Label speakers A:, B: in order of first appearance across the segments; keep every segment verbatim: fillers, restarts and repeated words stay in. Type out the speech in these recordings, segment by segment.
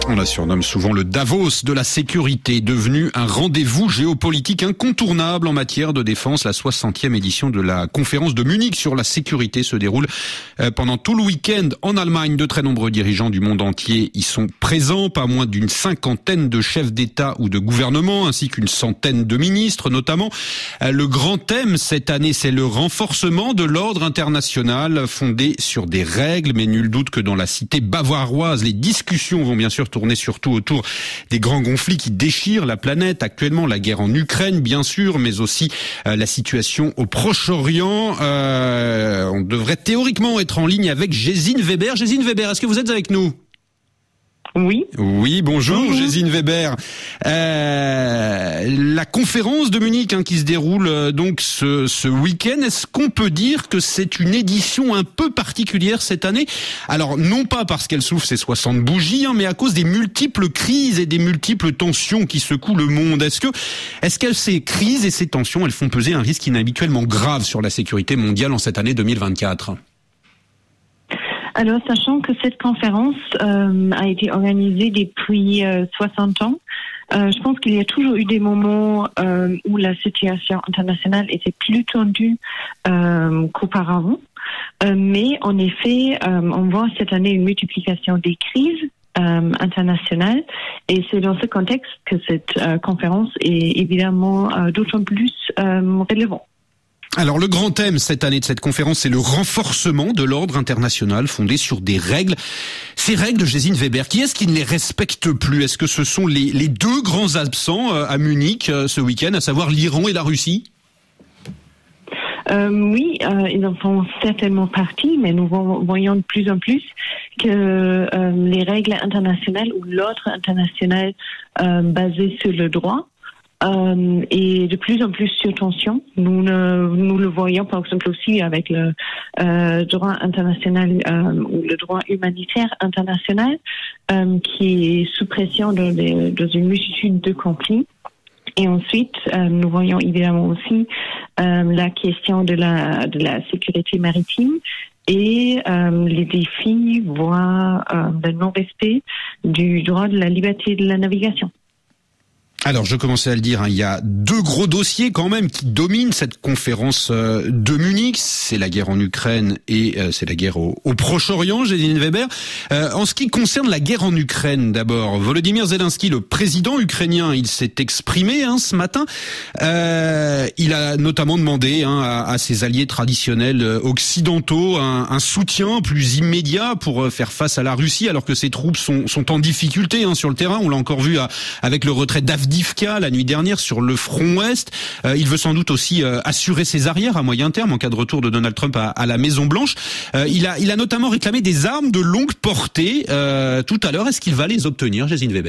A: On la surnomme souvent le Davos de la sécurité, devenu un rendez-vous géopolitique incontournable en matière de défense. La soixantième édition de la conférence de Munich sur la sécurité se déroule pendant tout le week-end en Allemagne. De très nombreux dirigeants du monde entier y sont présents, pas moins d'une cinquantaine de chefs d'État ou de gouvernement, ainsi qu'une centaine de ministres notamment. Le grand thème cette année, c'est le renforcement de l'ordre international fondé sur des règles, mais nul doute que dans la cité bavaroise, les discussions vont bien sûr tourner surtout autour des grands conflits qui déchirent la planète actuellement, la guerre en Ukraine bien sûr, mais aussi euh, la situation au Proche-Orient. Euh, on devrait théoriquement être en ligne avec Gesine Weber. Gesine Weber, est-ce que vous êtes avec nous ?
B: Oui.
A: Oui, bonjour, bonjour. Gesine Weber. Euh, la conférence de Munich hein, qui se déroule euh, donc ce, ce week-end, est-ce qu'on peut dire que c'est une édition un peu particulière cette année ? Alors, non pas parce qu'elle souffle ses soixante bougies, hein, mais à cause des multiples crises et des multiples tensions qui secouent le monde. Est-ce que, est-ce que ces crises et ces tensions, elles font peser un risque inhabituellement grave sur la sécurité mondiale en cette année deux mille vingt-quatre ?
B: Alors, sachant que cette conférence euh, a été organisée depuis euh, soixante ans, euh, je pense qu'il y a toujours eu des moments euh, où la situation internationale était plus tendue euh, qu'auparavant. Euh, mais en effet, euh, on voit cette année une multiplication des crises euh, internationales, et c'est dans ce contexte que cette euh, conférence est évidemment euh, d'autant plus euh, relevante.
A: Alors le grand thème cette année de cette conférence, c'est le renforcement de l'ordre international fondé sur des règles. Ces règles, Gesine Weber, qui est-ce qui ne les respecte plus ? Est-ce que ce sont les, les deux grands absents à Munich ce week-end, à savoir l'Iran et la Russie ?
B: Euh, oui, euh, ils en font certainement partie, mais nous voyons de plus en plus que euh, les règles internationales ou l'ordre international euh, basé sur le droit Euh, et de plus en plus sur tension. Nous, ne, nous le voyons par exemple aussi avec le euh, droit international euh, ou le droit humanitaire international euh, qui est sous pression dans, des, dans une multitude de conflits. Et ensuite, euh, nous voyons évidemment aussi euh, la question de la, de la sécurité maritime et euh, les défis, voire euh, le non-respect du droit de la liberté de la navigation.
A: Alors, je commençais à le dire, hein, il y a deux gros dossiers quand même qui dominent cette conférence euh, de Munich. C'est la guerre en Ukraine et euh, c'est la guerre au, au Proche-Orient, Gesine Weber. Euh, en ce qui concerne la guerre en Ukraine, d'abord, Volodymyr Zelensky, le président ukrainien, il s'est exprimé hein, ce matin. Euh, il a notamment demandé hein, à, à ses alliés traditionnels occidentaux un, un soutien plus immédiat pour faire face à la Russie, alors que ses troupes sont, sont en difficulté hein, sur le terrain. On l'a encore vu à, avec le retrait d'Avdiivka la nuit dernière sur le front ouest. Euh, il veut sans doute aussi euh, assurer ses arrières à moyen terme en cas de retour de Donald Trump à, à la Maison Blanche. Euh, il a, il a notamment réclamé des armes de longue portée euh, tout à l'heure. Est-ce qu'il va les obtenir, Gesine Weber ?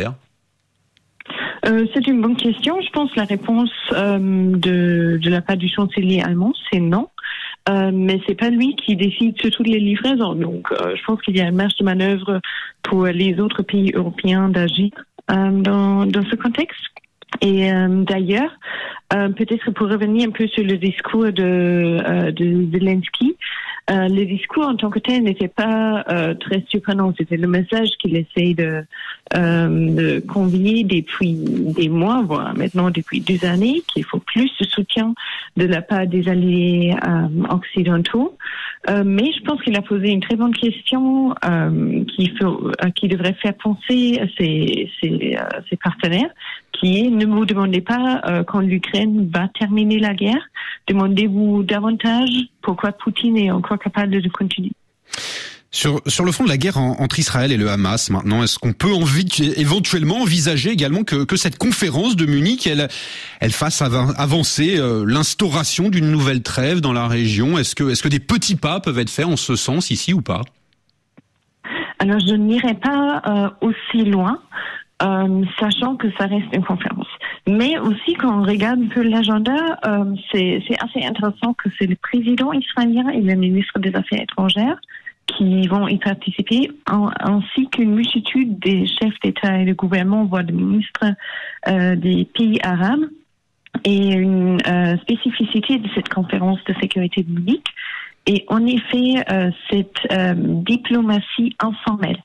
B: Euh, c'est une bonne question. Je pense que la réponse euh, de, de la part du chancelier allemand, c'est non. Euh, mais c'est pas lui qui décide sur toutes les livraisons. Donc, euh, je pense qu'il y a une marge de manœuvre pour les autres pays européens d'agir euh, dans, dans ce contexte. Et euh, d'ailleurs, euh, peut-être pour revenir un peu sur le discours de, euh, de Zelensky, euh, le discours en tant que tel n'était pas euh, très surprenant. C'était le message qu'il essaye de, euh, de convier depuis des mois, voire maintenant depuis deux années, qu'il faut plus de soutien de la part des alliés euh, occidentaux. Euh, mais je pense qu'il a posé une très bonne question euh, qui, faut, euh, qui devrait faire penser ses, ses, euh, ses partenaires, qui est ne vous demandez pas euh, quand l'Ukraine va terminer la guerre, demandez-vous davantage pourquoi Poutine est encore capable de continuer.
A: Sur, sur le fond de la guerre en, entre Israël et le Hamas maintenant, est-ce qu'on peut envi, éventuellement envisager également que, que cette conférence de Munich, elle, elle fasse av- avancer euh, l'instauration d'une nouvelle trêve dans la région ? Est-ce que, est-ce que des petits pas peuvent être faits en ce sens ici ou pas ?
B: Alors je n'irai pas euh, aussi loin, euh, sachant que ça reste une conférence. Mais aussi quand on regarde un peu l'agenda, euh, c'est, c'est assez intéressant que c'est le président israélien et le ministre des Affaires étrangères qui vont y participer, en, ainsi qu'une multitude des chefs d'État et de gouvernement, voire des ministres euh, des pays arabes. Et une euh, spécificité de cette conférence de sécurité de Munich est en effet euh, cette euh, diplomatie informelle.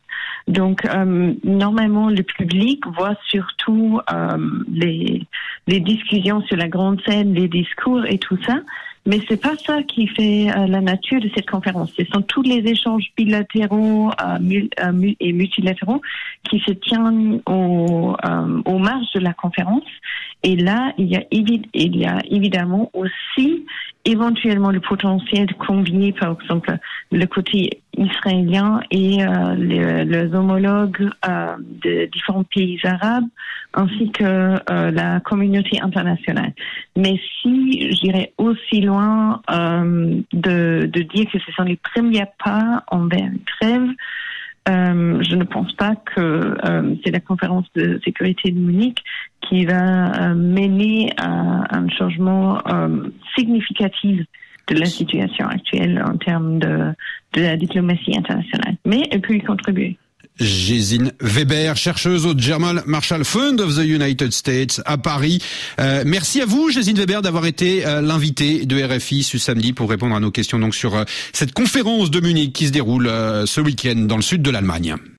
B: Donc, euh, normalement, le public voit surtout euh, les, les discussions sur la grande scène, les discours et tout ça. Mais c'est pas ça qui fait euh, la nature de cette conférence. Ce sont tous les échanges bilatéraux euh, mul, euh, et multilatéraux qui se tiennent au, euh, aux marges de la conférence. Et là, il y a, évi- il y a évidemment aussi éventuellement le potentiel de combiner, par exemple, le côté israélien et euh, les, les homologues euh, de différents pays arabes, ainsi que euh, la communauté internationale. Mais si j'irais aussi loin euh, de, de dire que ce sont les premiers pas envers une trêve, Euh, je ne pense pas que euh, c'est la conférence de sécurité de Munich qui va euh, mener à un changement euh, significatif de la situation actuelle en termes de, de la diplomatie internationale. Mais elle peut y contribuer.
A: Gesine Weber, chercheuse au German Marshall Fund of the United States à Paris. Euh, merci à vous, Gesine Weber, d'avoir été euh, l'invitée de R F I ce samedi pour répondre à nos questions donc sur euh, cette conférence de Munich qui se déroule euh, ce week-end dans le sud de l'Allemagne.